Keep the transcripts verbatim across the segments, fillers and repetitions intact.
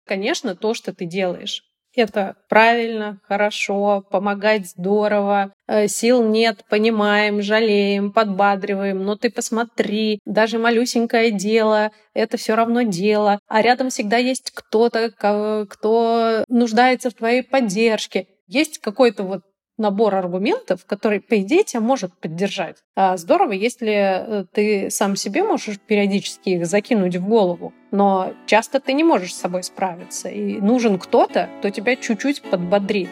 Конечно, то, что ты делаешь. Это правильно, хорошо, помогать здорово, э, сил нет, понимаем, жалеем, подбадриваем, но ты посмотри, даже малюсенькое дело, это все равно дело, а рядом всегда есть кто-то, ко- кто нуждается в твоей поддержке. Есть какой-то вот набор аргументов, который, по идее, тебя может поддержать. А здорово, если э, ты сам себе можешь периодически их закинуть в голову, но часто ты не можешь с собой справиться, и нужен кто-то, кто тебя чуть-чуть подбодрит.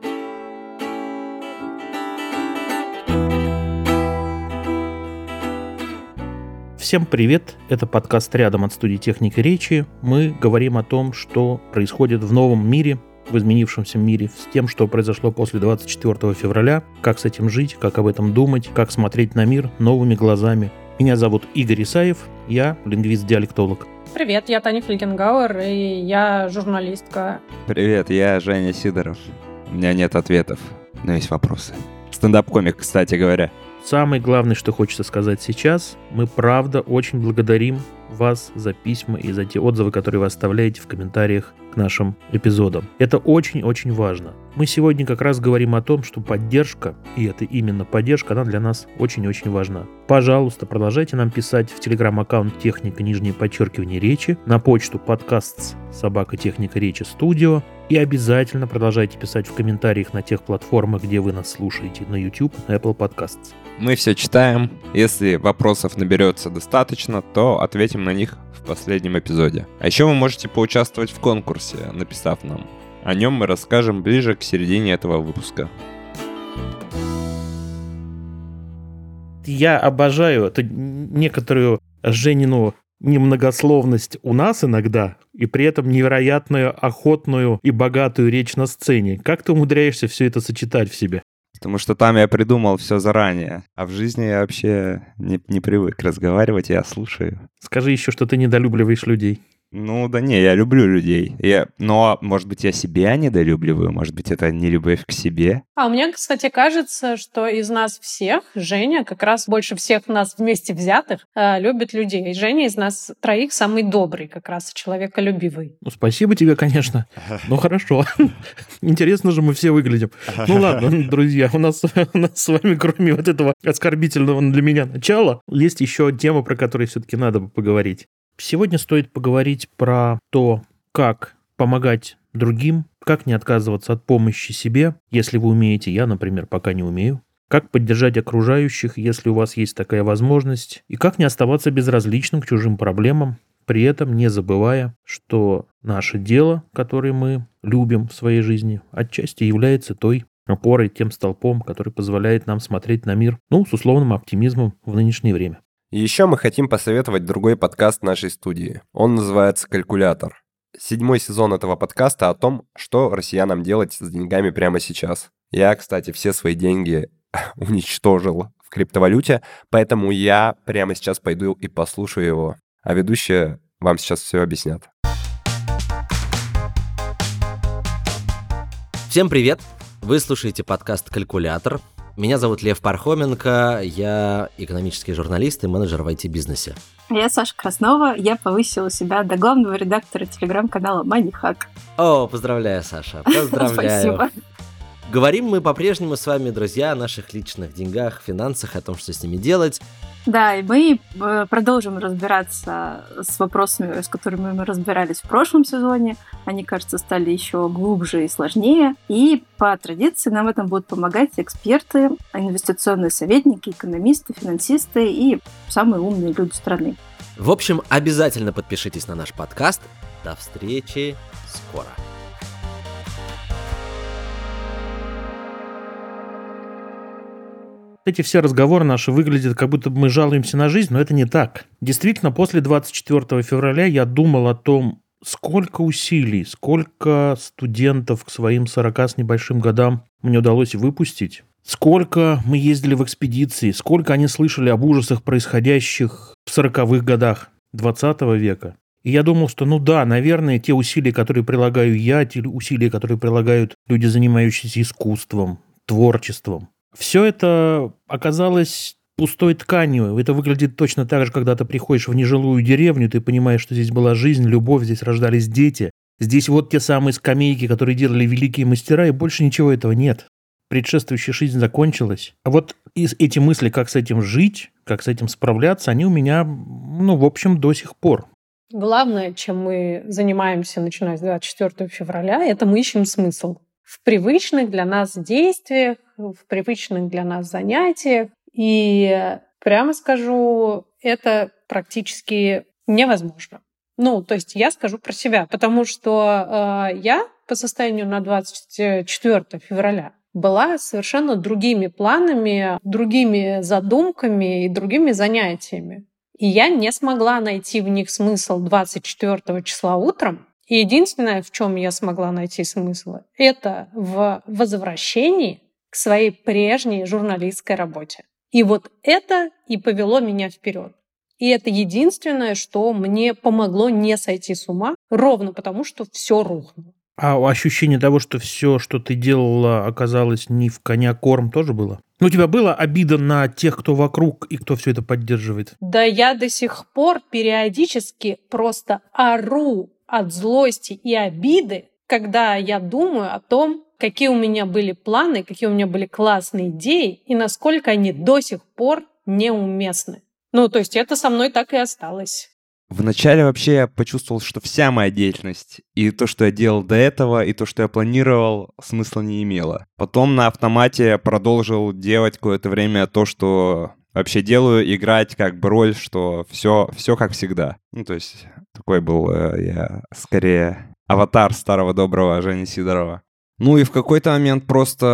Всем привет! Это подкаст «Рядом» от студии «Техника речи». Мы говорим о том, что происходит в новом мире, в изменившемся мире, с тем, что произошло после двадцать четвёртого февраля, как с этим жить, как об этом думать, как смотреть на мир новыми глазами. Меня зовут Игорь Исаев, я лингвист-диалектолог. Привет, я Таня Фликенгауэр, и я журналистка. Привет, я Женя Сидоров. У меня нет ответов, но есть вопросы. Стендап-комик, кстати говоря. Самое главное, что хочется сказать сейчас, мы правда очень благодарим вас за письма и за те отзывы, которые вы оставляете в комментариях к нашим эпизодам. Это очень-очень важно. Мы сегодня как раз говорим о том, что поддержка, и это именно поддержка, она для нас очень-очень важна. Пожалуйста, продолжайте нам писать в телеграм-аккаунт «Техника, нижнее подчеркивание, речи», на почту подкаст собака техника речи студио, и обязательно продолжайте писать в комментариях на тех платформах, где вы нас слушаете, на YouTube, на Apple Podcasts. Мы все читаем. Если вопросов наберется достаточно, то ответим на них в последнем эпизоде. А еще вы можете поучаствовать в конкурсе, написав нам. О нем мы расскажем ближе к середине этого выпуска. Я обожаю эту некоторую Женину немногословность у нас иногда, и при этом невероятную, охотную и богатую речь на сцене. Как ты умудряешься все это сочетать в себе? Потому что там я придумал все заранее, а в жизни я вообще не, не привык разговаривать, я слушаю. Скажи еще, что ты недолюбливаешь людей. Ну да не, я люблю людей. Я, но, может быть, я себя недолюбливаю, может быть, это не любовь к себе. А мне, кстати, кажется, что из нас всех Женя, как раз больше всех нас вместе взятых, э, любит людей. И Женя из нас троих самый добрый, как раз человеколюбивый. Ну, спасибо тебе, конечно. Ну, хорошо. Интересно же мы все выглядим. Ну, ладно, друзья, у нас, у нас с вами, кроме вот этого оскорбительного для меня начала, есть еще тема, про которую все-таки надо бы поговорить. Сегодня стоит поговорить про то, как помогать другим, как не отказываться от помощи себе, если вы умеете, я, например, пока не умею, как поддержать окружающих, если у вас есть такая возможность, и как не оставаться безразличным к чужим проблемам, при этом не забывая, что наше дело, которое мы любим в своей жизни, отчасти является той опорой, тем столпом, который позволяет нам смотреть на мир, ну, с условным оптимизмом в нынешнее время. И еще мы хотим посоветовать другой подкаст нашей студии. Он называется «Калькулятор». Седьмой сезон этого подкаста о том, что россиянам делать с деньгами прямо сейчас. Я, кстати, все свои деньги уничтожил в криптовалюте, поэтому я прямо сейчас пойду и послушаю его. А ведущие вам сейчас все объяснят. Всем привет! Вы слушаете подкаст «Калькулятор». Меня зовут Лев Пархоменко, я экономический журналист и менеджер в ай ти-бизнесе. Я Саша Краснова, я повысила себя до главного редактора телеграм-канала Манихак. О, поздравляю, Саша, поздравляю. Спасибо. Говорим мы по-прежнему с вами, друзья, о наших личных деньгах, финансах, о том, что с ними делать. Да, и мы продолжим разбираться с вопросами, с которыми мы разбирались в прошлом сезоне. Они, кажется, стали еще глубже и сложнее. И по традиции нам в этом будут помогать эксперты, инвестиционные советники, экономисты, финансисты и самые умные люди страны. В общем, обязательно подпишитесь на наш подкаст. До встречи скоро. Эти все разговоры наши выглядят, как будто мы жалуемся на жизнь, но это не так. Действительно, после двадцать четвёртого февраля я думал о том, сколько усилий, сколько студентов к своим сорока с небольшим годам мне удалось выпустить, сколько мы ездили в экспедиции, сколько они слышали об ужасах, происходящих в сороковых годах двадцатого века. И я думал, что ну да, наверное, те усилия, которые прилагаю я, те усилия, которые прилагают люди, занимающиеся искусством, творчеством, все это оказалось пустой тканью. Это выглядит точно так же, когда ты приходишь в нежилую деревню, ты понимаешь, что здесь была жизнь, любовь, здесь рождались дети, Здесь вот те самые скамейки, которые делали великие мастера, и больше ничего этого нет. Предшествующая жизнь закончилась. А вот эти мысли, как с этим жить, как с этим справляться, они у меня, ну, в общем, до сих пор. Главное, чем мы занимаемся, начиная с двадцать четвёртого февраля, это мы ищем смысл в привычных для нас действиях, в привычных для нас занятиях. И прямо скажу, это практически невозможно. Ну, то есть я скажу про себя, потому что э, я по состоянию на двадцать четвёртого февраля была совершенно другими планами, другими задумками и другими занятиями. И я не смогла найти в них смысл двадцать четвёртого числа утром. И единственное, в чем я смогла найти смысл, это в возвращении к своей прежней журналистской работе. И вот это и повело меня вперед. И это единственное, что мне помогло не сойти с ума, ровно потому, что все рухнуло. А ощущение того, что все, что ты делала, оказалось не в коня корм, тоже было? Ну, у тебя была обида на тех, кто вокруг и кто все это поддерживает? Да я до сих пор периодически просто ору от злости и обиды, когда я думаю о том, какие у меня были планы, какие у меня были классные идеи и насколько они до сих пор неуместны. Ну, то есть это со мной так и осталось. Вначале вообще я почувствовал, что вся моя деятельность, и то, что я делал до этого, и то, что я планировал, смысла не имело. Потом на автомате продолжил делать какое-то время то, что вообще делаю, играть как бы роль, что все, все как всегда. Ну, то есть такой был э, я скорее аватар старого доброго Жени Сидорова. Ну и в какой-то момент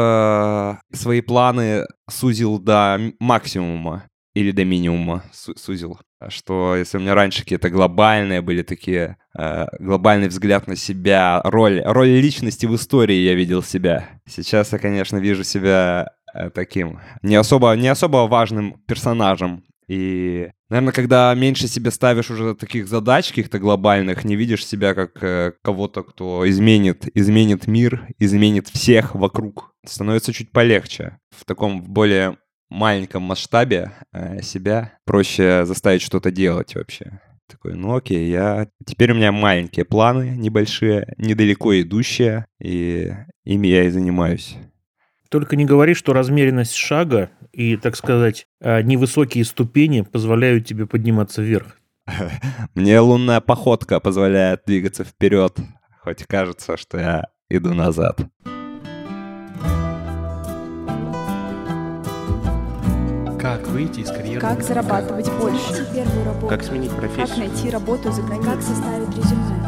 просто свои планы сузил до максимума. Или до минимума сузил. Что если у меня раньше какие-то глобальные были такие, э, глобальный взгляд на себя, роль, роль личности в истории я видел себя. Сейчас я, конечно, вижу себя э, таким не особо, не особо важным персонажем. И, наверное, когда меньше себе ставишь уже таких задач каких-то глобальных, не видишь себя как э, кого-то, кто изменит, изменит мир, изменит всех вокруг, становится чуть полегче. В таком более маленьком масштабе э, себя проще заставить что-то делать вообще. Такой, ну окей, я... Теперь у меня маленькие планы, небольшие, недалеко идущие, и ими я и занимаюсь. Только не говори, что размеренность шага и, так сказать, невысокие ступени позволяют тебе подниматься вверх. Мне лунная походка позволяет двигаться вперед, хоть кажется, что я иду назад. Как выйти из карьеры? Как зарабатывать больше? Первую работу. Как сменить профессию? Как найти работу за границей? Как составить резюме?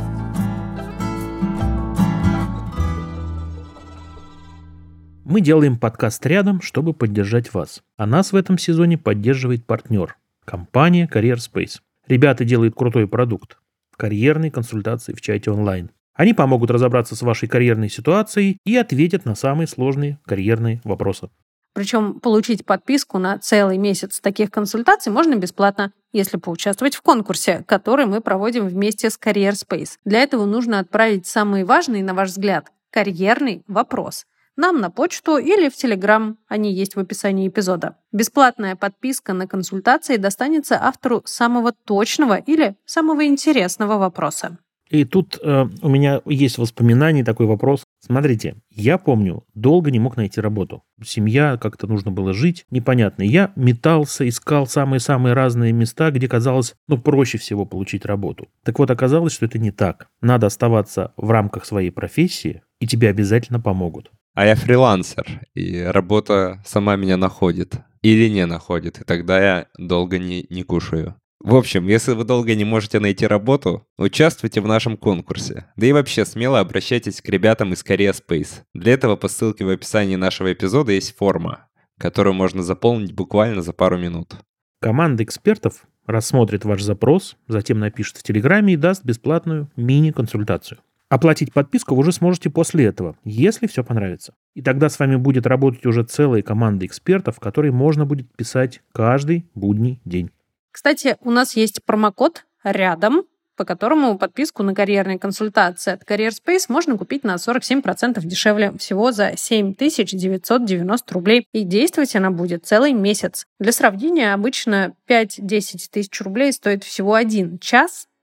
Мы делаем подкаст рядом, чтобы поддержать вас. А нас в этом сезоне поддерживает партнер – компания CareerSpace. Ребята делают крутой продукт – карьерные консультации в чате онлайн. Они помогут разобраться с вашей карьерной ситуацией и ответят на самые сложные карьерные вопросы. Причем получить подписку на целый месяц таких консультаций можно бесплатно, если поучаствовать в конкурсе, который мы проводим вместе с CareerSpace. Для этого нужно отправить самый важный, на ваш взгляд, карьерный вопрос нам на почту или в Telegram, они есть в описании эпизода. Бесплатная подписка на консультации достанется автору самого точного или самого интересного вопроса. И тут э, у меня есть воспоминание, такой вопрос. Смотрите, я помню, долго не мог найти работу. Семья, как-то нужно было жить, непонятно. Я метался, искал самые-самые разные места, где казалось, ну, проще всего получить работу. Так вот, оказалось, что это не так. Надо оставаться в рамках своей профессии, и тебе обязательно помогут. А я фрилансер, и работа сама меня находит. Или не находит, и тогда я долго не, не кушаю. В общем, если вы долго не можете найти работу, участвуйте в нашем конкурсе. Да и вообще смело обращайтесь к ребятам из CareerSpace. Для этого по ссылке в описании нашего эпизода есть форма, которую можно заполнить буквально за пару минут. Команда экспертов рассмотрит ваш запрос, затем напишет в Телеграме и даст бесплатную мини-консультацию. Оплатить подписку вы уже сможете после этого, если все понравится. И тогда с вами будет работать уже целая команда экспертов, которой можно будет писать каждый будний день. Кстати, у нас есть промокод «Рядом», по которому подписку на карьерные консультации от CareerSpace можно купить на сорок семь процентов дешевле, всего за семь тысяч девятьсот девяносто рублей. И действовать она будет целый месяц. Для сравнения, обычно пять-десять тысяч рублей стоит всего один час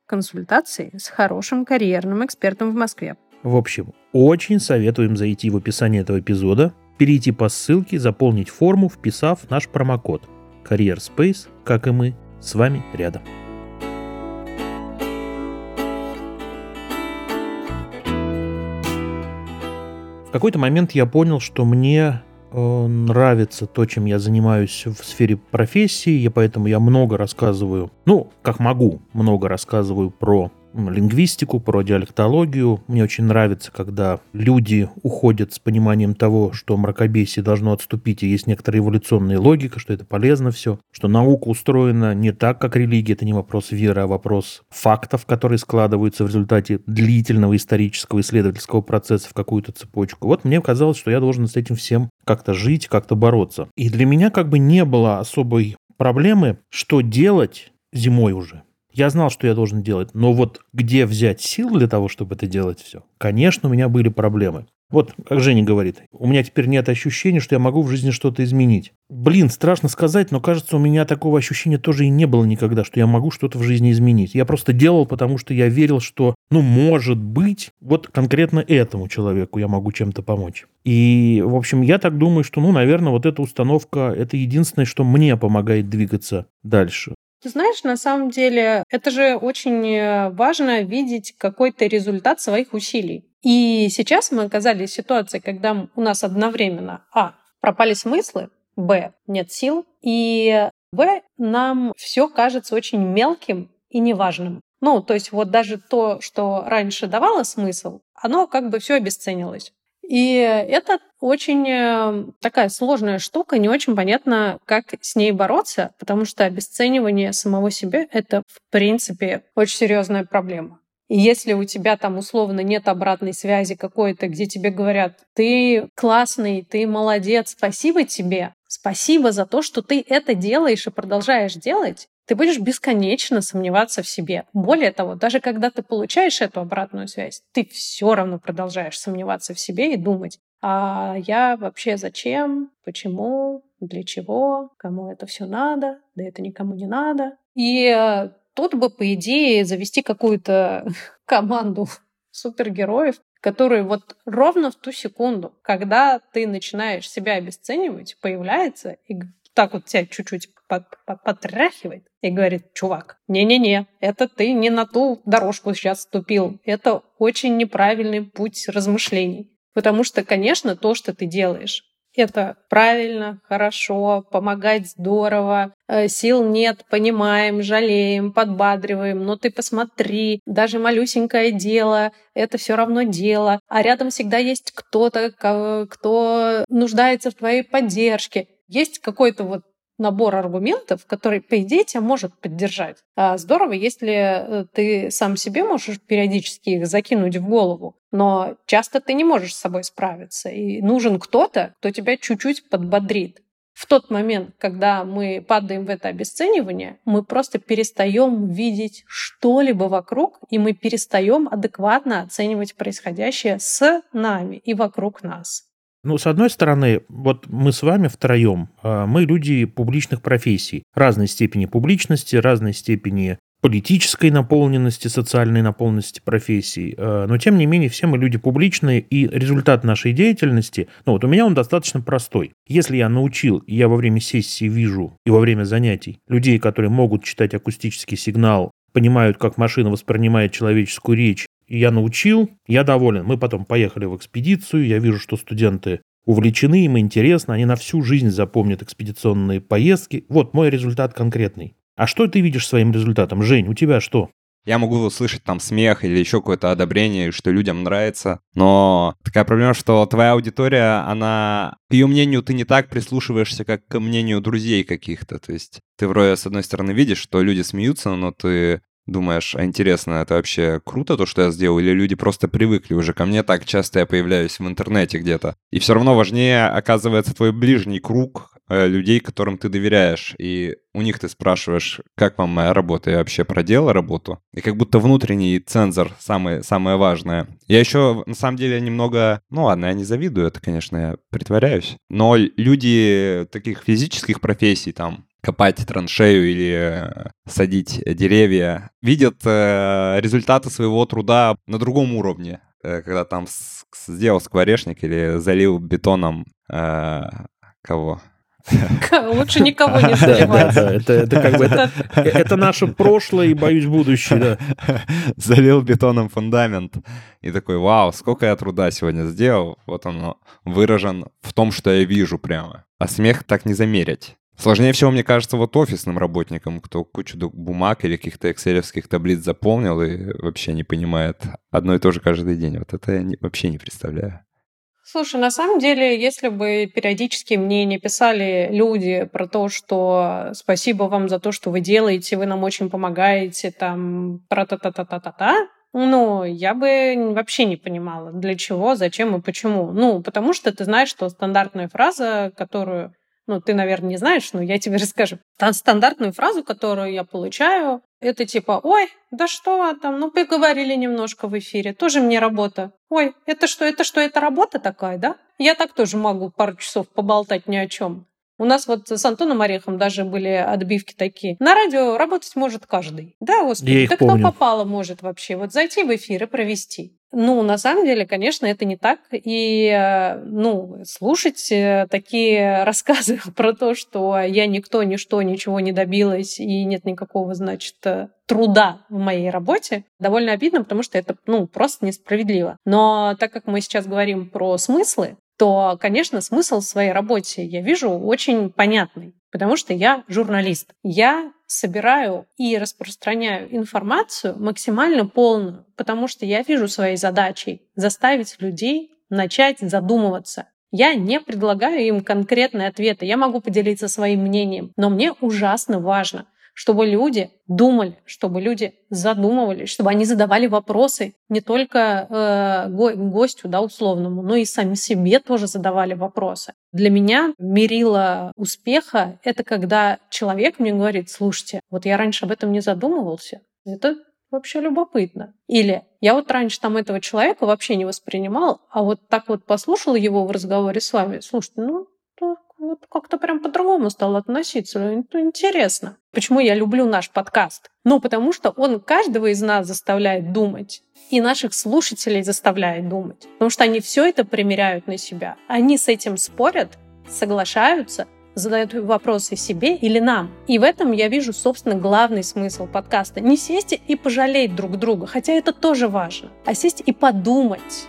консультации с хорошим карьерным экспертом в Москве. В общем, очень советуем зайти в описание этого эпизода, перейти по ссылке, заполнить форму, вписав наш промокод. Career Space, как и мы, с вами рядом. В какой-то момент я понял, что мне э, нравится то, чем я занимаюсь в сфере профессии, и поэтому я много рассказываю, ну, как могу, много рассказываю про лингвистику, про диалектологию. Мне очень нравится, когда люди уходят с пониманием того, что мракобесие должно отступить, и есть некоторая эволюционная логика, что это полезно все, что наука устроена не так, как религия, это не вопрос веры, а вопрос фактов, которые складываются в результате длительного исторического исследовательского процесса в какую-то цепочку. Вот мне казалось, что я должен с этим всем как-то жить, как-то бороться. И для меня как бы не было особой проблемы, что делать зимой уже. Я знал, что я должен делать, но вот где взять сил для того, чтобы это делать все? Конечно, у меня были проблемы. Вот, как Женя говорит, у меня теперь нет ощущения, что я могу в жизни что-то изменить. Блин, страшно сказать, но кажется, у меня такого ощущения тоже и не было никогда, что я могу что-то в жизни изменить. Я просто делал, потому что я верил, что, ну, может быть, вот конкретно этому человеку я могу чем-то помочь. И, в общем, я так думаю, что, ну, наверное, вот эта установка, это единственное, что мне помогает двигаться дальше. Ты знаешь, на самом деле, это же очень важно видеть какой-то результат своих усилий. И сейчас мы оказались в ситуации, когда у нас одновременно а. пропали смыслы, б. нет сил, и в. нам все кажется очень мелким и неважным. Ну, то есть вот даже то, что раньше давало смысл, оно как бы все обесценилось. И это очень такая сложная штука, не очень понятно, как с ней бороться, потому что обесценивание самого себя — это, в принципе, очень серьезная проблема. И если у тебя там условно нет обратной связи какой-то, где тебе говорят: ты классный, ты молодец, спасибо тебе, спасибо за то, что ты это делаешь и продолжаешь делать, ты будешь бесконечно сомневаться в себе. Более того, даже когда ты получаешь эту обратную связь, ты все равно продолжаешь сомневаться в себе и думать: а я вообще зачем, почему, для чего, кому это все надо, да это никому не надо. И тут бы, по идее, завести какую-то команду супергероев, которые вот ровно в ту секунду, когда ты начинаешь себя обесценивать, появляется и так вот тебя чуть-чуть потряхивает и говорит: чувак, не-не-не, это ты не на ту дорожку сейчас ступил. Это очень неправильный путь размышлений. Потому что, конечно, то, что ты делаешь, это правильно, хорошо, помогать здорово, сил нет, понимаем, жалеем, подбадриваем, но ты посмотри, даже малюсенькое дело, это все равно дело, а рядом всегда есть кто-то, кто нуждается в твоей поддержке. Есть какой-то вот набор аргументов, который, по идее, тебя может поддержать. А здорово, если ты сам себе можешь периодически их закинуть в голову, но часто ты не можешь с собой справиться, и нужен кто-то, кто тебя чуть-чуть подбодрит. В тот момент, когда мы падаем в это обесценивание, мы просто перестаем видеть что-либо вокруг, и мы перестаем адекватно оценивать происходящее с нами и вокруг нас. Ну, с одной стороны, вот мы с вами втроем, мы люди публичных профессий, разной степени публичности, разной степени политической наполненности, социальной наполненности профессий. Но, тем не менее, все мы люди публичные, и результат нашей деятельности, ну вот у меня он достаточно простой. Если я научил, и я во время сессии вижу, и во время занятий людей, которые могут читать акустический сигнал, понимают, как машина воспринимает человеческую речь, и я научил, я доволен. Мы потом поехали в экспедицию, я вижу, что студенты увлечены, им интересно, они на всю жизнь запомнят экспедиционные поездки. Вот мой результат конкретный. А что ты видишь своим результатом? Жень, у тебя что? Я могу услышать там смех или еще какое-то одобрение, что людям нравится, но такая проблема, что твоя аудитория, она, к ее мнению, ты не так прислушиваешься, как к мнению друзей каких-то. То есть ты вроде, с одной стороны, видишь, что люди смеются, но ты думаешь: а интересно, это вообще круто, то, что я сделал, или люди просто привыкли уже ко мне, так часто я появляюсь в интернете где-то. И все равно важнее, оказывается, твой ближний круг э, людей, которым ты доверяешь. И у них ты спрашиваешь: как вам моя работа, я вообще проделал работу? И как будто внутренний цензор самое, самое важное. Я еще, на самом деле, немного... Ну ладно, я не завидую, это, конечно, я притворяюсь. Но люди таких физических профессий, там, копать траншею или э, садить деревья, видят э, результаты своего труда на другом уровне. Э, когда там с- сделал скворечник или залил бетоном э, кого? Лучше никого не Да, да, заливать. да, это, это как бы это, это наше прошлое и, боюсь, будущее, да. Залил бетоном фундамент. И такой, вау, сколько я труда сегодня сделал. Вот оно выражен в том, что я вижу прямо. А смех так не замерить. Сложнее всего, мне кажется, вот офисным работникам, кто кучу ду- бумаг или каких-то экселевских таблиц заполнил и вообще не понимает одно и то же каждый день. Вот это я не- вообще не представляю. Слушай, на самом деле, если бы периодически мне не писали люди про то, что спасибо вам за то, что вы делаете, вы нам очень помогаете, там, тра-та-та-та-та-та-та, ну, я бы вообще не понимала, для чего, зачем и почему. Ну, потому что ты знаешь, что стандартная фраза, которую, ну, ты, наверное, не знаешь, но я тебе расскажу. Та стандартную фразу, которую я получаю, это типа, ой, да что там, ну, поговорили немножко в эфире, тоже мне работа. Ой, это что, это что, это работа такая, да? Я так тоже могу пару часов поболтать ни о чем. У нас вот с Антоном Орехом даже были отбивки такие. На радио работать может каждый. Да, господи, Я их да помню. кто попало может вообще вот зайти в эфир и провести. Ну, на самом деле, конечно, это не так. И, э, ну, слушать э, такие рассказы про то, что я никто, ничто, ничего не добилась и нет никакого, значит, э, труда в моей работе, довольно обидно, потому что это, ну, просто несправедливо. Но так как мы сейчас говорим про смыслы, то, конечно, смысл в своей работе я вижу очень понятный, потому что я журналист. Я собираю и распространяю информацию максимально полную, потому что я вижу своей задачей заставить людей начать задумываться. Я не предлагаю им конкретные ответы, я могу поделиться своим мнением, но мне ужасно важно, чтобы люди думали, чтобы люди задумывались, чтобы они задавали вопросы не только э, го- гостю, да, условному, но и сами себе тоже задавали вопросы. Для меня мерило успеха — это когда человек мне говорит: слушайте, вот я раньше об этом не задумывался, это вообще любопытно. Или я вот раньше там этого человека вообще не воспринимал, а вот так вот послушал его в разговоре с вами, слушайте, ну, так вот как-то прям по-другому стал относиться. Это интересно. Почему я люблю наш подкаст? Ну, потому что он каждого из нас заставляет думать. И наших слушателей заставляет думать. Потому что они все это примеряют на себя. Они с этим спорят, соглашаются, задают вопросы себе или нам. И в этом я вижу, собственно, главный смысл подкаста. Не сесть и пожалеть друг друга, хотя это тоже важно, а сесть и подумать.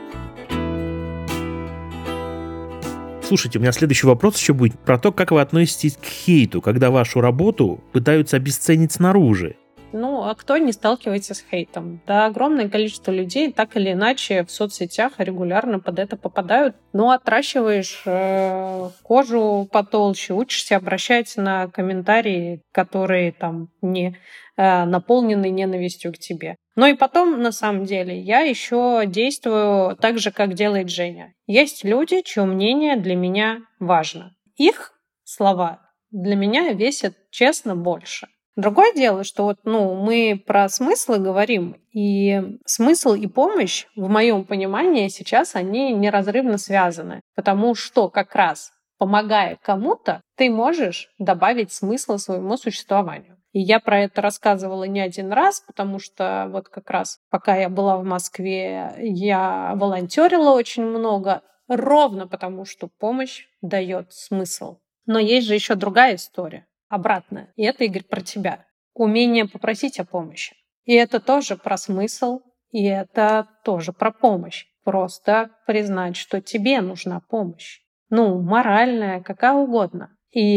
Слушайте, у меня следующий вопрос еще будет про то, как вы относитесь к хейту, когда вашу работу пытаются обесценить снаружи. Ну, а кто не сталкивается с хейтом? Да, огромное количество людей так или иначе в соцсетях регулярно под это попадают. Ну, отращиваешь э, кожу потолще, учишься обращать на комментарии, которые там не э, наполнены ненавистью к тебе. Ну и потом, на самом деле, я еще действую так же, как делает Женя. Есть люди, чье мнение для меня важно. Их слова для меня весят, честно, больше. Другое дело, что вот, ну, мы про смыслы говорим, и смысл и помощь, в моем понимании, сейчас они неразрывно связаны, потому что как раз, помогая кому-то, ты можешь добавить смысла своему существованию. И я про это рассказывала не один раз, потому что вот как раз пока я была в Москве, я волонтерила очень много, ровно потому что помощь дает смысл. Но есть же еще другая история. Обратное. И это, Игорь, про тебя. Умение попросить о помощи. И это тоже про смысл, и это тоже про помощь. Просто признать, что тебе нужна помощь. Ну, моральная, какая угодно. И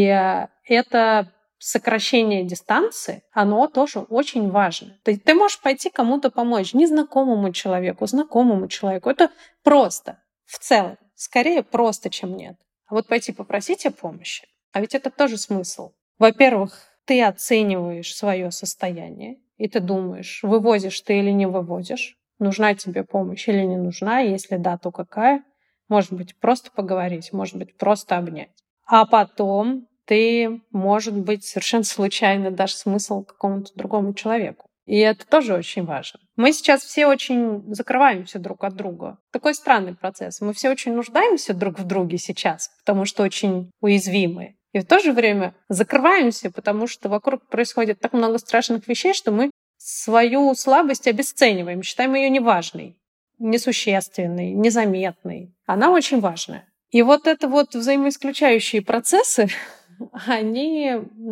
это сокращение дистанции, оно тоже очень важно. Ты, ты можешь пойти кому-то помочь, незнакомому человеку, знакомому человеку. Это просто, в целом. Скорее просто, чем нет. А вот пойти попросить о помощи, а ведь это тоже смысл. Во-первых, ты оцениваешь свое состояние, и ты думаешь, вывозишь ты или не вывозишь, нужна тебе помощь или не нужна, если да, то какая. Может быть, просто поговорить, может быть, просто обнять. А потом ты, может быть, совершенно случайно дашь смысл какому-то другому человеку. И это тоже очень важно. Мы сейчас все очень закрываемся друг от друга. Такой странный процесс. Мы все очень нуждаемся друг в друге сейчас, потому что очень уязвимы. И в то же время закрываемся, потому что вокруг происходит так много страшных вещей, что мы свою слабость обесцениваем, считаем ее неважной, несущественной, незаметной. Она очень важная. И вот это вот взаимоисключающие процессы, они,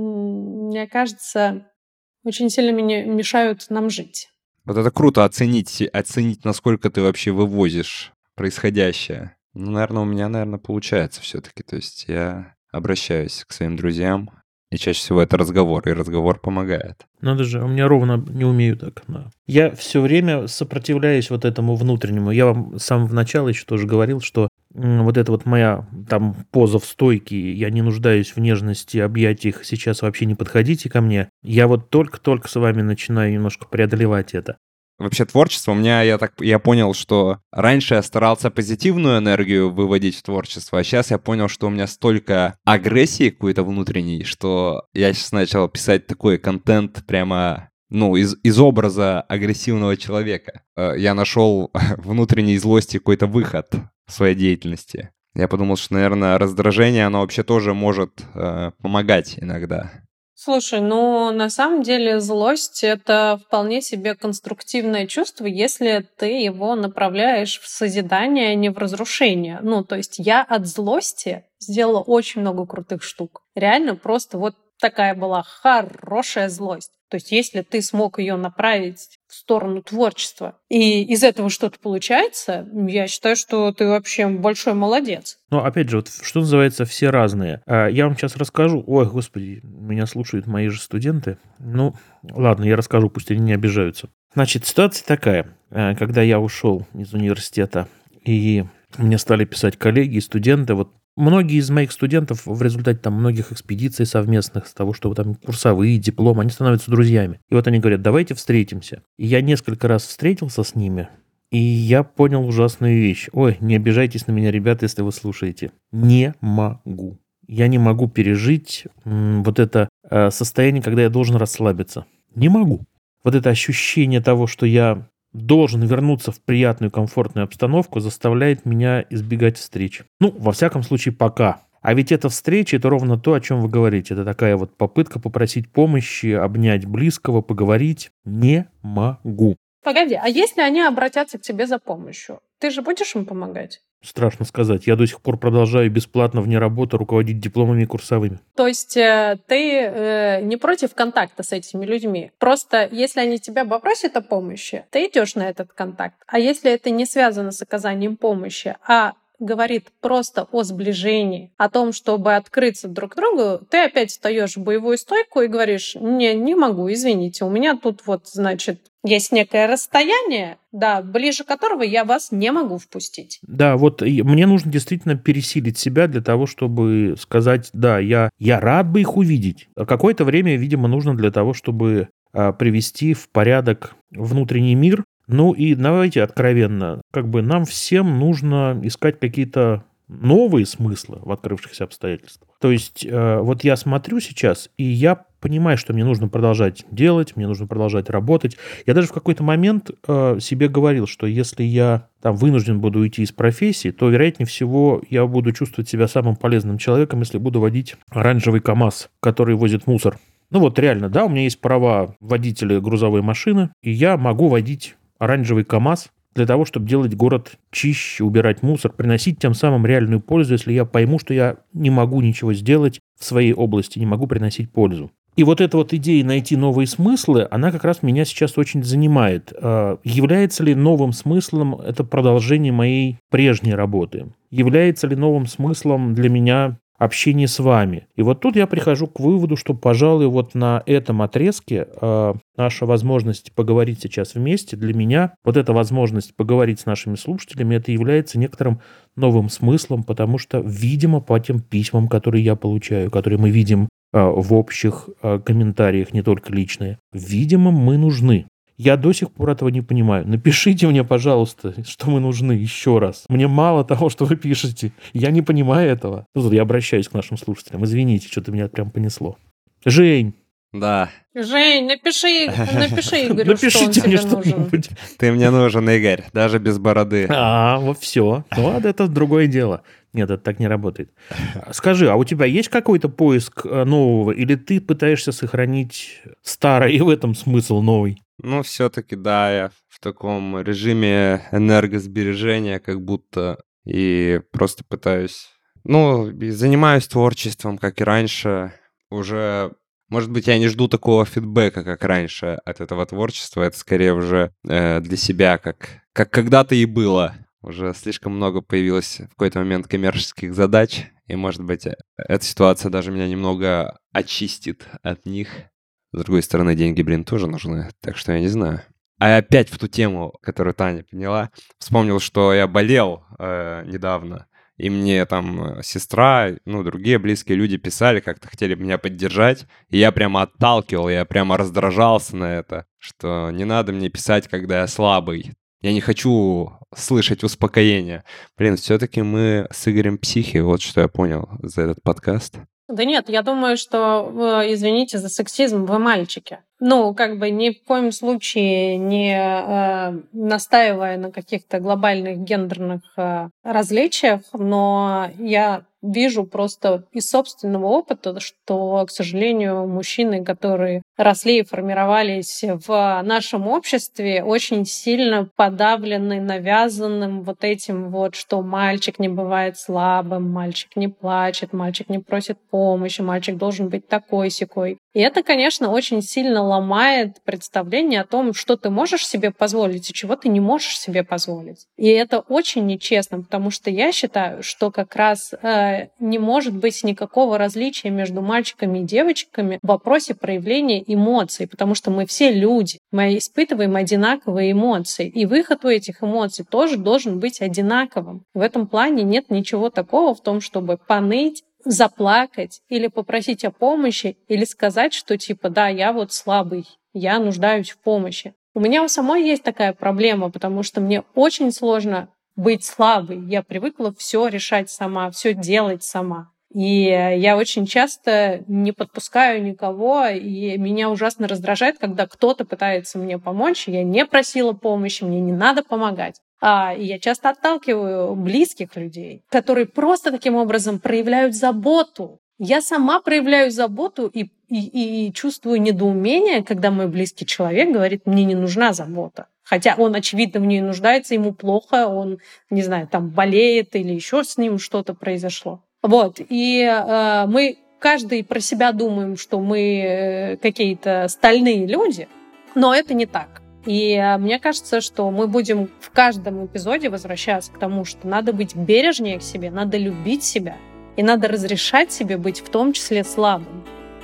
мне кажется, очень сильно мешают нам жить. Вот это круто оценить, оценить, насколько ты вообще вывозишь происходящее. Ну, наверное, у меня, наверное, получается все-таки. То есть я обращаюсь к своим друзьям, и чаще всего это разговор, и разговор помогает. Надо же, у меня ровно не умею так. Да. Я все время сопротивляюсь вот этому внутреннему. Я вам с самого начала еще тоже говорил, что вот эта вот моя там поза в стойке, я не нуждаюсь в нежности, объятиях, сейчас вообще не подходите ко мне. Я вот только-только с вами начинаю немножко преодолевать это. Вообще творчество, у меня, я так, я понял, что раньше я старался позитивную энергию выводить в творчество, а сейчас я понял, что у меня столько агрессии какой-то внутренней, что я сейчас начал писать такой контент прямо, ну, из, из образа агрессивного человека. Я нашел внутренней злости какой-то выход в своей деятельности. Я подумал, что, наверное, раздражение, оно вообще тоже может э, помогать иногда. Слушай, ну на самом деле злость — это вполне себе конструктивное чувство, если ты его направляешь в созидание, а не в разрушение. Ну, то есть я от злости сделала очень много крутых штук. Реально просто вот такая была хорошая злость. То есть если ты смог ее направить в сторону творчества, и из этого что-то получается, я считаю, что ты вообще большой молодец. Но опять же, вот что называется, все разные. Я вам сейчас расскажу. Ой, господи, меня слушают мои же студенты. Ну, ладно, я расскажу, пусть они не обижаются. Значит, ситуация такая. Когда я ушел из университета, и мне стали писать коллеги и студенты, вот многие из моих студентов в результате там многих экспедиций совместных, с того, что там курсовые, дипломы, они становятся друзьями. И вот они говорят, давайте встретимся. И я несколько раз встретился с ними, и я понял ужасную вещь. Ой, не обижайтесь на меня, ребята, если вы слушаете. Не могу. Я не могу пережить м, вот это э, состояние, когда я должен расслабиться. Не могу. Вот это ощущение того, что я должен вернуться в приятную, комфортную обстановку, заставляет меня избегать встреч. Ну, во всяком случае, пока. А ведь эта встреча — это ровно то, о чем вы говорите. Это такая вот попытка попросить помощи, обнять близкого, поговорить. Не могу. Погоди, а если они обратятся к тебе за помощью, ты же будешь им помогать? Страшно сказать. Я до сих пор продолжаю бесплатно вне работы руководить дипломами и курсовыми. То есть э, ты э, не против контакта с этими людьми? Просто если они тебя попросят о помощи, ты идешь на этот контакт. А если это не связано с оказанием помощи, а говорит просто о сближении, о том, чтобы открыться друг другу, ты опять встаешь в боевую стойку и говоришь: не, не могу, извините, у меня тут вот, значит, есть некое расстояние, да, ближе которого я вас не могу впустить. Да, вот мне нужно действительно пересилить себя для того, чтобы сказать, да, я, я рад бы их увидеть. Какое-то время, видимо, нужно для того, чтобы а, привести в порядок внутренний мир. Ну и давайте откровенно, как бы нам всем нужно искать какие-то новые смыслы в открывшихся обстоятельствах. То есть э, вот я смотрю сейчас, и я понимаю, что мне нужно продолжать делать, мне нужно продолжать работать. Я даже в какой-то момент э, себе говорил, что если я там вынужден буду уйти из профессии, то, вероятнее всего, я буду чувствовать себя самым полезным человеком, если буду водить оранжевый КАМАЗ, который возит мусор. Ну вот реально, да, у меня есть права водителя грузовой машины, и я могу водить оранжевый КАМАЗ для того, чтобы делать город чище, убирать мусор, приносить тем самым реальную пользу, если я пойму, что я не могу ничего сделать в своей области, не могу приносить пользу. И вот эта вот идея найти новые смыслы, она как раз меня сейчас очень занимает. Является ли новым смыслом это продолжение моей прежней работы? Является ли новым смыслом для меня общение с вами? И вот тут я прихожу к выводу, что, пожалуй, вот на этом отрезке э, наша возможность поговорить сейчас вместе, для меня вот эта возможность поговорить с нашими слушателями, это является некоторым новым смыслом, потому что, видимо, по тем письмам, которые я получаю, которые мы видим э, в общих э, комментариях, не только личные, видимо, мы нужны. Я до сих пор этого не понимаю. Напишите мне, пожалуйста, что мы нужны еще раз. Мне мало того, что вы пишете. Я не понимаю этого. Я обращаюсь к нашим слушателям. Извините, что-то меня прям понесло. Жень. Да. Жень, напиши, напиши Игорю, Напишите что он мне тебе нужен. что-нибудь. Ты мне нужен, Игорь, даже без бороды. А, вот все. Ну, ладно, это другое дело. Нет, это так не работает. Скажи, а у тебя есть какой-то поиск э, нового, или ты пытаешься сохранить старое, и в этом смысл новый? Ну, все-таки, да, я в таком режиме энергосбережения, как будто, и просто пытаюсь... Ну, и занимаюсь творчеством, как и раньше. Уже, может быть, я не жду такого фидбэка, как раньше от этого творчества. Это скорее уже э, для себя, как, как когда-то и было. Уже слишком много появилось в какой-то момент коммерческих задач, и, может быть, эта ситуация даже меня немного очистит от них. С другой стороны, деньги, блин, тоже нужны, так что я не знаю. А опять в ту тему, которую Таня поняла, вспомнил, что я болел э, недавно, и мне там сестра, ну, другие близкие люди писали, как-то хотели меня поддержать, и я прямо отталкивал, я прямо раздражался на это, что не надо мне писать, когда я слабый. Я не хочу слышать успокоения. Блин, все-таки мы с Игорем психи, вот что я понял за этот подкаст. Да нет, я думаю, что, э, извините за сексизм, вы мальчики. Ну, как бы ни в коем случае не э, настаивая на каких-то глобальных гендерных э, различиях, но я вижу просто из собственного опыта, что, к сожалению, мужчины, которые росли и формировались в нашем обществе, очень сильно подавлены навязанным вот этим вот, что мальчик не бывает слабым, мальчик не плачет, мальчик не просит помощи, мальчик должен быть такой-сякой. И это, конечно, очень сильно ломает представление о том, что ты можешь себе позволить и чего ты не можешь себе позволить. И это очень нечестно, потому что я считаю, что как раз э, не может быть никакого различия между мальчиками и девочками в вопросе проявления эмоций, потому что мы все люди, мы испытываем одинаковые эмоции, и выход у этих эмоций тоже должен быть одинаковым. В этом плане нет ничего такого в том, чтобы поныть, заплакать или попросить о помощи, или сказать, что типа, да, я вот слабый, я нуждаюсь в помощи. У меня у самой есть такая проблема, потому что мне очень сложно быть слабой. Я привыкла все решать сама, все делать сама. И я очень часто не подпускаю никого, и меня ужасно раздражает, когда кто-то пытается мне помочь, я не просила помощи, мне не надо помогать. А, и я часто отталкиваю близких людей, которые просто таким образом проявляют заботу. Я сама проявляю заботу и, и, и чувствую недоумение, когда мой близкий человек говорит, мне не нужна забота. Хотя он, очевидно, в ней нуждается, ему плохо, он, не знаю, там болеет или еще с ним что-то произошло. Вот, и э, мы каждый про себя думаем, что мы э, какие-то стальные люди, но это не так. И э, мне кажется, что мы будем в каждом эпизоде возвращаться к тому, что надо быть бережнее к себе, надо любить себя, и надо разрешать себе быть в том числе слабым.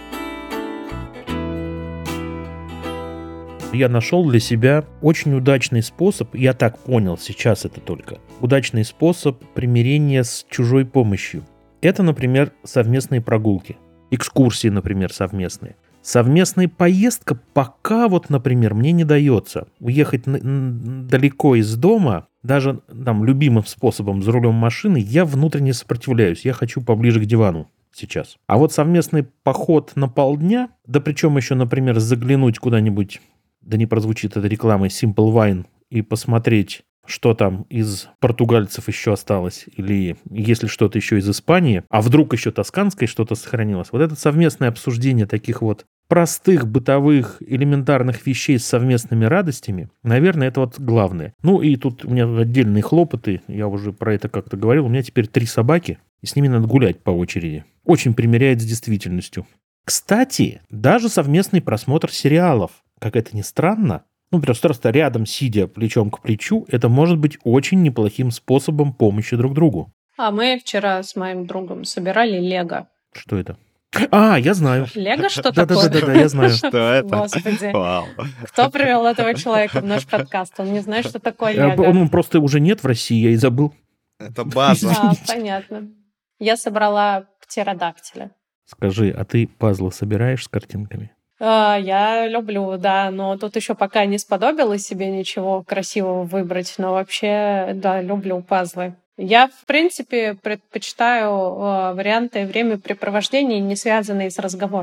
Я нашел для себя очень удачный способ, я так понял сейчас это только, удачный способ примирения с чужой помощью. Это, например, совместные прогулки, экскурсии, например, совместные. Совместная поездка пока вот, например, мне не дается. Уехать далеко из дома, даже там любимым способом за рулем машины, я внутренне сопротивляюсь. Я хочу поближе к дивану сейчас. А вот совместный поход на полдня, да причем еще, например, заглянуть куда-нибудь, да не прозвучит это рекламой, Simple Wine, и посмотреть, что там из португальцев еще осталось, или если что-то еще из Испании, а вдруг еще тосканское что-то сохранилось. Вот это совместное обсуждение таких вот простых, бытовых, элементарных вещей с совместными радостями, наверное, это вот главное. Ну и тут у меня отдельные хлопоты, я уже про это как-то говорил, у меня теперь три собаки, и с ними надо гулять по очереди. Очень примиряет с действительностью. Кстати, даже совместный просмотр сериалов, как это ни странно, ну, просто рядом, сидя плечом к плечу, это может быть очень неплохим способом помощи друг другу. А мы вчера с моим другом собирали лего. Что это? А, я знаю. Лего что такое? Да-да-да, я знаю. Что это? Господи. Вау. Кто привел этого человека в наш подкаст? Он не знает, что такое лего. Он просто уже нет в России, я и забыл. Это база. А, понятно. Я собрала птеродактиля. Скажи, а ты пазлы собираешь с картинками? Я люблю, да, но тут еще пока не сподобилась себе ничего красивого выбрать, но вообще, да, люблю пазлы. Я, в принципе, предпочитаю варианты времяпрепровождения, не связанные с разговорами.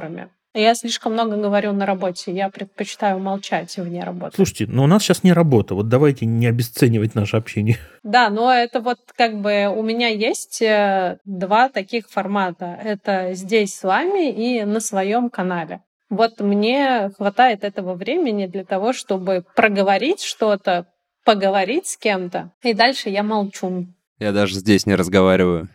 Я слишком много говорю на работе. Я предпочитаю молчать вне работы. Слушайте, но у нас сейчас не работа. Вот давайте не обесценивать наше общение. Да, но это вот как бы у меня есть э, два таких формата. Это здесь с вами и на своем канале. Вот мне хватает этого времени для того, чтобы проговорить что-то, поговорить с кем-то, и дальше я молчу. Я даже здесь не разговариваю.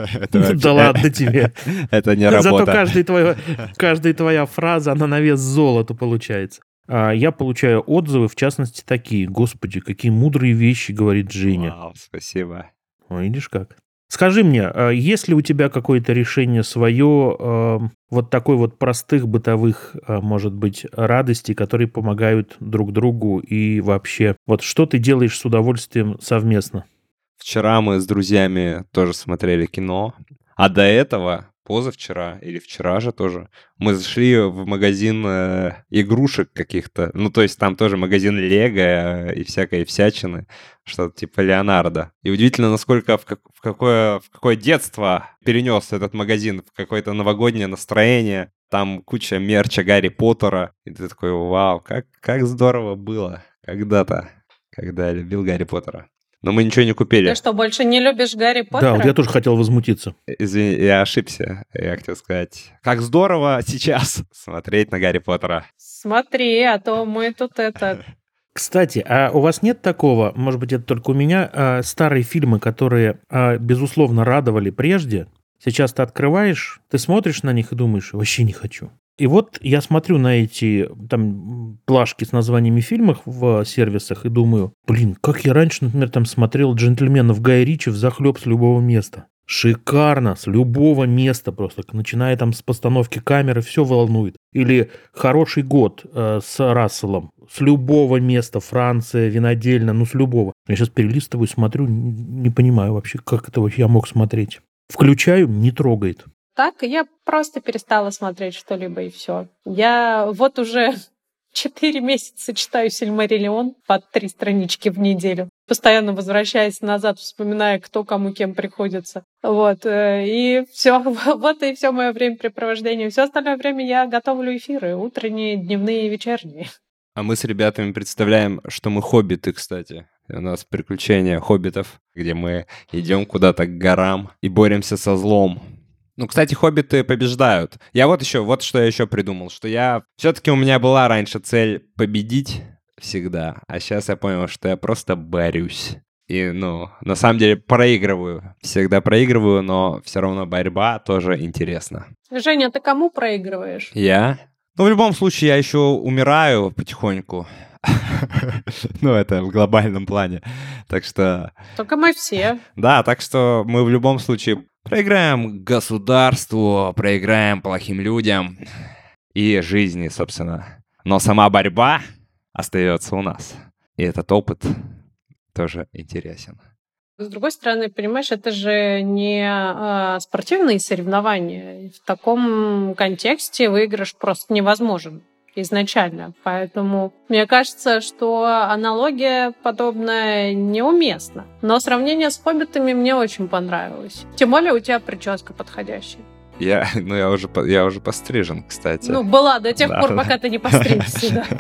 Да ладно тебе. Это не Зато работа. каждая твоя, каждая твоя фраза, она на вес золота получается. А я получаю отзывы, в частности, такие. Господи, какие мудрые вещи, говорит Женя. Вау, спасибо. О, видишь как. Скажи мне, а есть ли у тебя какое-то решение свое, э, вот такой вот простых бытовых, э, может быть, радостей, которые помогают друг другу и вообще? Вот что ты делаешь с удовольствием совместно? Вчера мы с друзьями тоже смотрели кино, а до этого, позавчера или вчера же тоже, мы зашли в магазин э, игрушек каких-то, ну, то есть там тоже магазин Лего э, и всякой всячины, что-то типа Леонардо. И удивительно, насколько в, как, в, какое, в какое детство перенес этот магазин, в какое-то новогоднее настроение. Там куча мерча Гарри Поттера. И ты такой, вау, как, как здорово было когда-то, когда я любил Гарри Поттера. Но мы ничего не купили. Ты что, больше не любишь Гарри Поттера? Да, вот я тоже хотел возмутиться. Извини, я ошибся. Я хотел сказать, как здорово сейчас смотреть на Гарри Поттера. Смотри, а то мы тут это... Кстати, а у вас нет такого, может быть, это только у меня, а, старые фильмы, которые, а, безусловно, радовали прежде, сейчас ты открываешь, ты смотришь на них и думаешь, вообще не хочу. И вот я смотрю на эти там плашки с названиями фильмов в сервисах и думаю, блин, как я раньше, например, там смотрел «Джентльменов» Гая Ричи взахлеб с любого места. Шикарно, с любого места просто, начиная там с постановки камеры, все волнует. Или «Хороший год» э, с Расселом, с любого места, Франция, винодельня, ну с любого. Я сейчас перелистываю, смотрю, не понимаю вообще, как это вообще я мог смотреть. Включаю, не трогает. Так, я просто перестала смотреть что-либо, и все. Я вот уже четыре месяца читаю «Сильмариллион» по три странички в неделю, постоянно возвращаясь назад, вспоминая, кто кому кем приходится. Вот, и все, вот и все мое времяпрепровождение. Все остальное время я готовлю эфиры, утренние, дневные и вечерние. А мы с ребятами представляем, что мы хоббиты, кстати. У нас приключения хоббитов, где мы идем куда-то к горам и боремся со злом. Ну, кстати, хоббиты побеждают. Я вот еще, вот что я еще придумал, что я... Все-таки у меня была раньше цель победить всегда, а сейчас я понял, что я просто борюсь. И, ну, на самом деле проигрываю. Всегда проигрываю, но все равно борьба тоже интересна. Женя, ты кому проигрываешь? Я? Ну, в любом случае, я еще умираю потихоньку. Ну, это в глобальном плане. Так что... Только мы все. Да, так что мы в любом случае проиграем государству, проиграем плохим людям и жизни, собственно. Но сама борьба остается у нас. И этот опыт тоже интересен. С другой стороны, понимаешь, это же не а, спортивные соревнования. В таком контексте выигрыш просто невозможен изначально. Поэтому мне кажется, что аналогия подобная неуместна. Но сравнение с хоббитами мне очень понравилось. Тем более у тебя прическа подходящая. Я, ну, я уже, я уже пострижен, кстати. Ну, была до тех Да. пор, пока ты не постригся, да.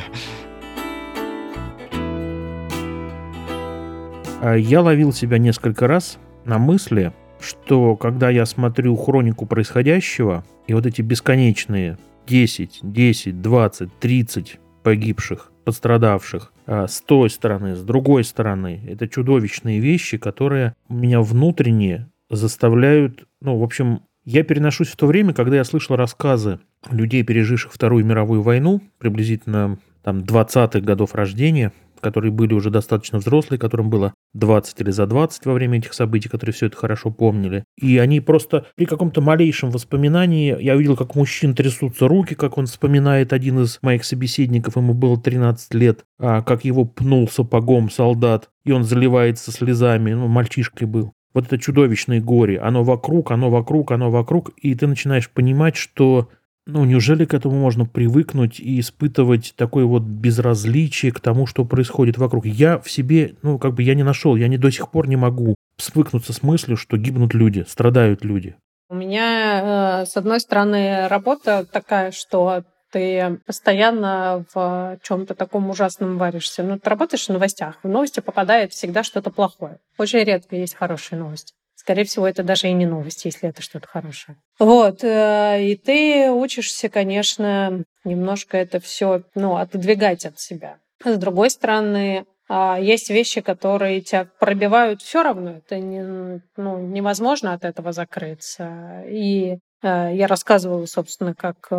А Я ловил себя несколько раз на мысли, что когда я смотрю хронику происходящего, и вот эти бесконечные десять, десять, двадцать, тридцать погибших, пострадавших а, с той стороны, с другой стороны, это чудовищные вещи, которые меня внутренне заставляют, ну, в общем, я переношусь в то время, когда я слышал рассказы людей, переживших Вторую мировую войну, приблизительно там двадцатых годов рождения, которые были уже достаточно взрослые, которым было двадцать или за двадцать во время этих событий, которые все это хорошо помнили. И они просто при каком-то малейшем воспоминании, я увидел, как у мужчин трясутся руки, как он вспоминает один из моих собеседников, ему было тринадцать лет, а, как его пнул сапогом солдат, и он заливается слезами, ну, мальчишкой был. Вот это чудовищное горе, оно вокруг, оно вокруг, оно вокруг, и ты начинаешь понимать, что ну, неужели к этому можно привыкнуть и испытывать такое вот безразличие к тому, что происходит вокруг? Я в себе, ну, как бы я не нашел, я не до сих пор не могу свыкнуться с мыслью, что гибнут люди, страдают люди. У меня, с одной стороны, работа такая, что ты постоянно в чем-то таком ужасном варишься. Ну, ты работаешь в новостях, в новости попадает всегда что-то плохое. Очень редко есть хорошие новости. Скорее всего, это даже и не новость, если это что-то хорошее. Вот. И ты учишься, конечно, немножко это все, ну, отодвигать от себя. С другой стороны, есть вещи, которые тебя пробивают все равно. Это не, ну, невозможно от этого закрыться. И я рассказывала, собственно, как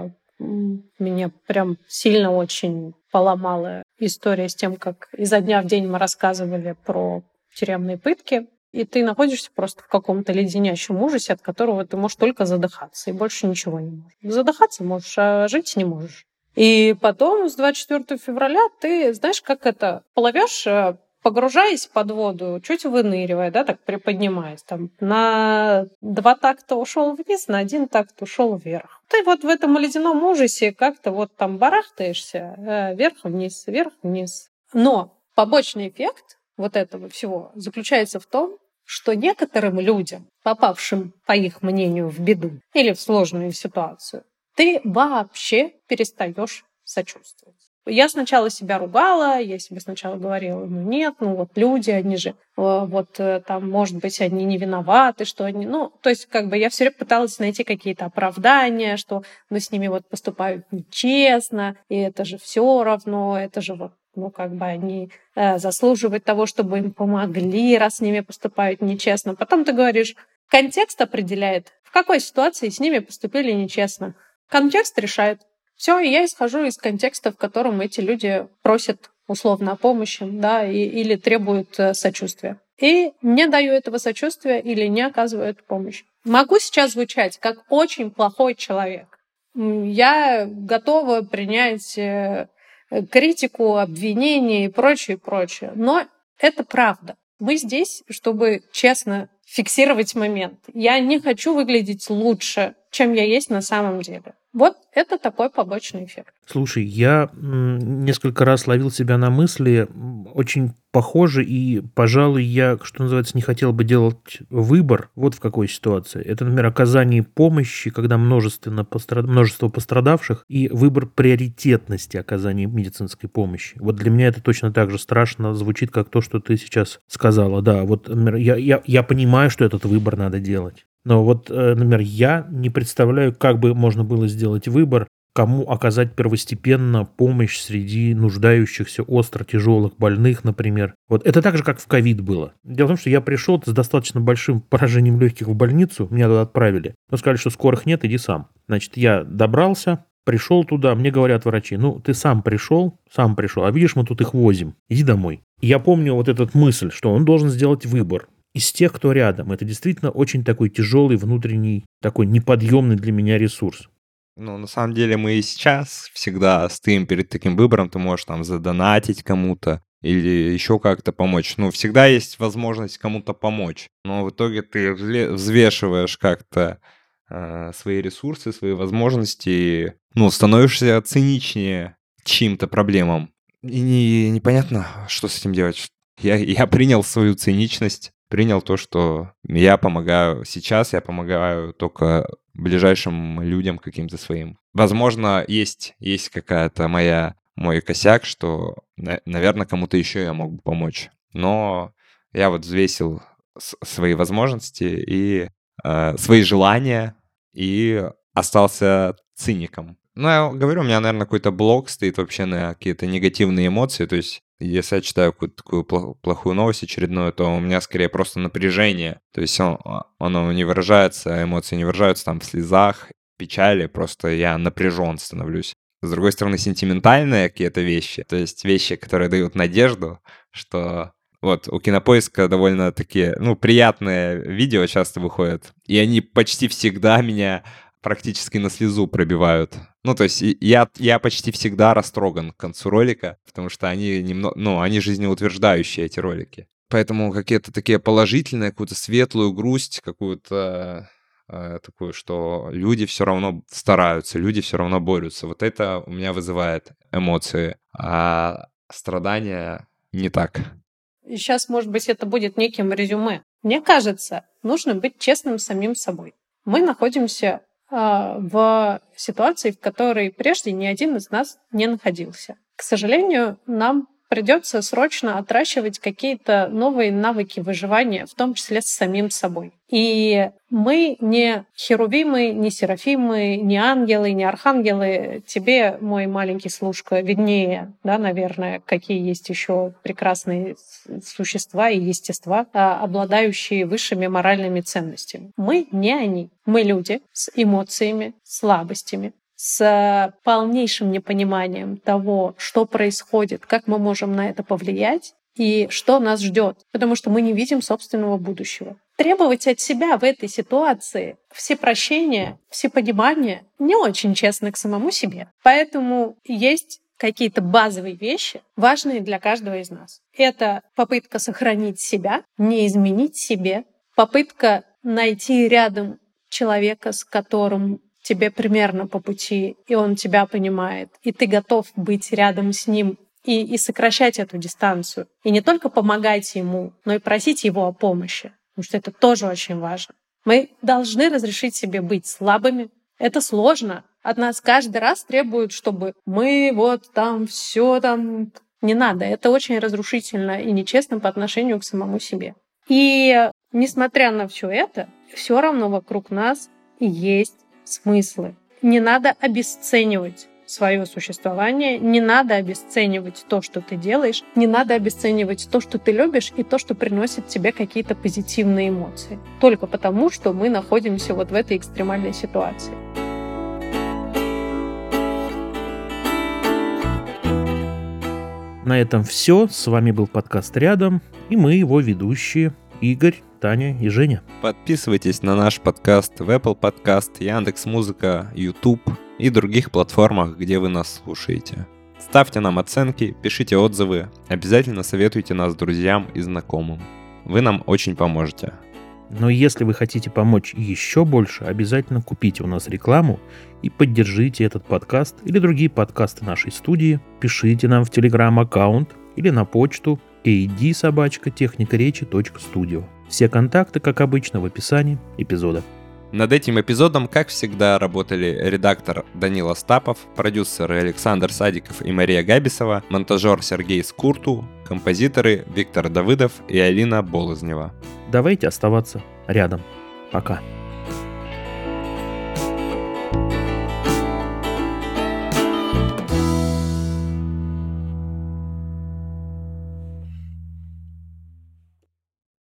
меня прям сильно очень поломала история с тем, как изо дня в день мы рассказывали про тюремные пытки. И ты находишься просто в каком-то леденящем ужасе, от которого ты можешь только задыхаться, и больше ничего не можешь. Задыхаться можешь, а жить не можешь. И потом с двадцать четвёртого февраля ты, знаешь, как это, плывешь, погружаясь под воду, чуть выныривая, да, так приподнимаясь. Там на два такта ушел вниз, на один такт ушел вверх. Ты вот в этом ледяном ужасе как-то вот там барахтаешься вверх-вниз, вверх-вниз. Но побочный эффект вот этого всего заключается в том, что некоторым людям, попавшим, по их мнению, в беду или в сложную ситуацию, ты вообще перестаешь сочувствовать. Я сначала себя ругала, я себе сначала говорила, ну нет, ну вот люди, они же, вот там, может быть, они не виноваты, что они, ну, то есть как бы я все время пыталась найти какие-то оправдания, что ну, с ними вот поступают нечестно, и это же все равно, это же вот, ну, как бы они э, заслуживают того, чтобы им помогли, раз с ними поступают нечестно. Потом ты говоришь, контекст определяет, в какой ситуации с ними поступили нечестно. Контекст решает. Все, и я исхожу из контекста, в котором эти люди просят условно о помощи, да, и, или требуют э, сочувствия. И не даю этого сочувствия или не оказываю эту помощь. Могу сейчас звучать как очень плохой человек. Я готова принять э, критику, обвинения и прочее, прочее. Но это правда. Мы здесь, чтобы честно фиксировать момент. Я не хочу выглядеть лучше, чем я есть на самом деле. Вот это такой побочный эффект. Слушай, я несколько раз ловил себя на мысли, очень похоже, и, пожалуй, я, что называется, не хотел бы делать выбор вот в какой ситуации. Это, например, оказание помощи, когда множественно пострад... множество пострадавших, и выбор приоритетности оказания медицинской помощи. Вот для меня это точно так же страшно звучит, как то, что ты сейчас сказала. Да, вот, например, я, я, я понимаю, что этот выбор надо делать. Но вот, например, я не представляю, как бы можно было сделать выбор, кому оказать первостепенно помощь среди нуждающихся остро тяжелых больных, например. Вот это так же, как в ковид было. Дело в том, что я пришел с достаточно большим поражением легких в больницу, меня туда отправили, но сказали, что скорых нет, иди сам. Значит, я добрался, пришел туда, мне говорят врачи, ну, ты сам пришел, сам пришел, а видишь, мы тут их возим, иди домой. И я помню вот эту мысль, что он должен сделать выбор. Из тех, кто рядом. Это действительно очень такой тяжелый, внутренний, такой неподъемный для меня ресурс. Ну, на самом деле мы и сейчас всегда стоим перед таким выбором. Ты можешь там задонатить кому-то или еще как-то помочь. Ну, всегда есть возможность кому-то помочь. Но в итоге ты взвешиваешь как-то э, свои ресурсы, свои возможности. Ну, становишься циничнее чьим-то проблемам. И не, непонятно, что с этим делать. Я, я принял свою циничность. Принял то, что я помогаю сейчас, я помогаю только ближайшим людям каким-то своим. Возможно, есть, есть какая-то моя, мой косяк, что, наверное, кому-то еще я мог бы помочь. Но я вот взвесил свои возможности и э, свои желания и остался циником. Ну, я говорю, у меня, наверное, какой-то блок стоит вообще на какие-то негативные эмоции, то есть если я читаю какую-то такую плохую новость очередную, то у меня скорее просто напряжение. То есть он, оно не выражается, эмоции не выражаются там в слезах, печали, просто я напряжен становлюсь. С другой стороны, сентиментальные какие-то вещи, то есть вещи, которые дают надежду, что вот у Кинопоиска довольно такие, ну, приятные видео часто выходят, и они почти всегда меня практически на слезу пробивают. Ну, то есть я, я почти всегда растроган к концу ролика, потому что они немного, ну, они жизнеутверждающие, эти ролики. Поэтому какие-то такие положительные, какую-то светлую грусть, какую-то э, такую, что люди все равно стараются, люди все равно борются. Вот это у меня вызывает эмоции, а страдания не так. И сейчас, может быть, это будет неким резюме. Мне кажется, нужно быть честным с самим собой. мы находимся э, в ситуации, в которой прежде ни один из нас не находился. К сожалению, нам придется срочно отращивать какие-то новые навыки выживания, в том числе с самим собой. И мы не херувимы, не серафимы, не ангелы, не архангелы. Тебе, мой маленький слушка, виднее, да, наверное, какие есть еще прекрасные существа и естества, обладающие высшими моральными ценностями. Мы не они. Мы люди с эмоциями, слабостями, с полнейшим непониманием того, что происходит, как мы можем на это повлиять и что нас ждет, потому что мы не видим собственного будущего. Требовать от себя в этой ситуации всепрощения, всепонимания не очень честно к самому себе. Поэтому есть какие-то базовые вещи, важные для каждого из нас. Это попытка сохранить себя, не изменить себе, попытка найти рядом человека, с которым тебе примерно по пути, и он тебя понимает, и ты готов быть рядом с ним и, и сокращать эту дистанцию. И не только помогать ему, но и просить его о помощи, потому что это тоже очень важно. Мы должны разрешить себе быть слабыми. Это сложно. От нас каждый раз требуют, чтобы мы вот там все там... Не надо. Это очень разрушительно и нечестно по отношению к самому себе. И несмотря на все это, все равно вокруг нас есть смыслы. Не надо обесценивать свое существование, не надо обесценивать то, что ты делаешь, не надо обесценивать то, что ты любишь, и то, что приносит тебе какие-то позитивные эмоции. Только потому, что мы находимся вот в этой экстремальной ситуации. На этом все. С вами был подкаст «Рядом», и мы его ведущие Игорь, Таня и Женя. Подписывайтесь на наш подкаст в Apple Podcast, Яндекс.Музыка, YouTube и других платформах, где вы нас слушаете. Ставьте нам оценки, пишите отзывы, обязательно советуйте нас друзьям и знакомым. Вы нам очень поможете. Но если вы хотите помочь еще больше, обязательно купите у нас рекламу и поддержите этот подкаст или другие подкасты нашей студии. Пишите нам в Telegram-аккаунт или на почту эй ди собака техника речи точка студио. Все контакты, как обычно, в описании эпизода. Над этим эпизодом, как всегда, работали редактор Данил Остапов, продюсеры Александр Садиков и Мария Габисова, монтажер Сергей Скурту, композиторы Виктор Давыдов и Алина Болознева. Давайте оставаться рядом. Пока.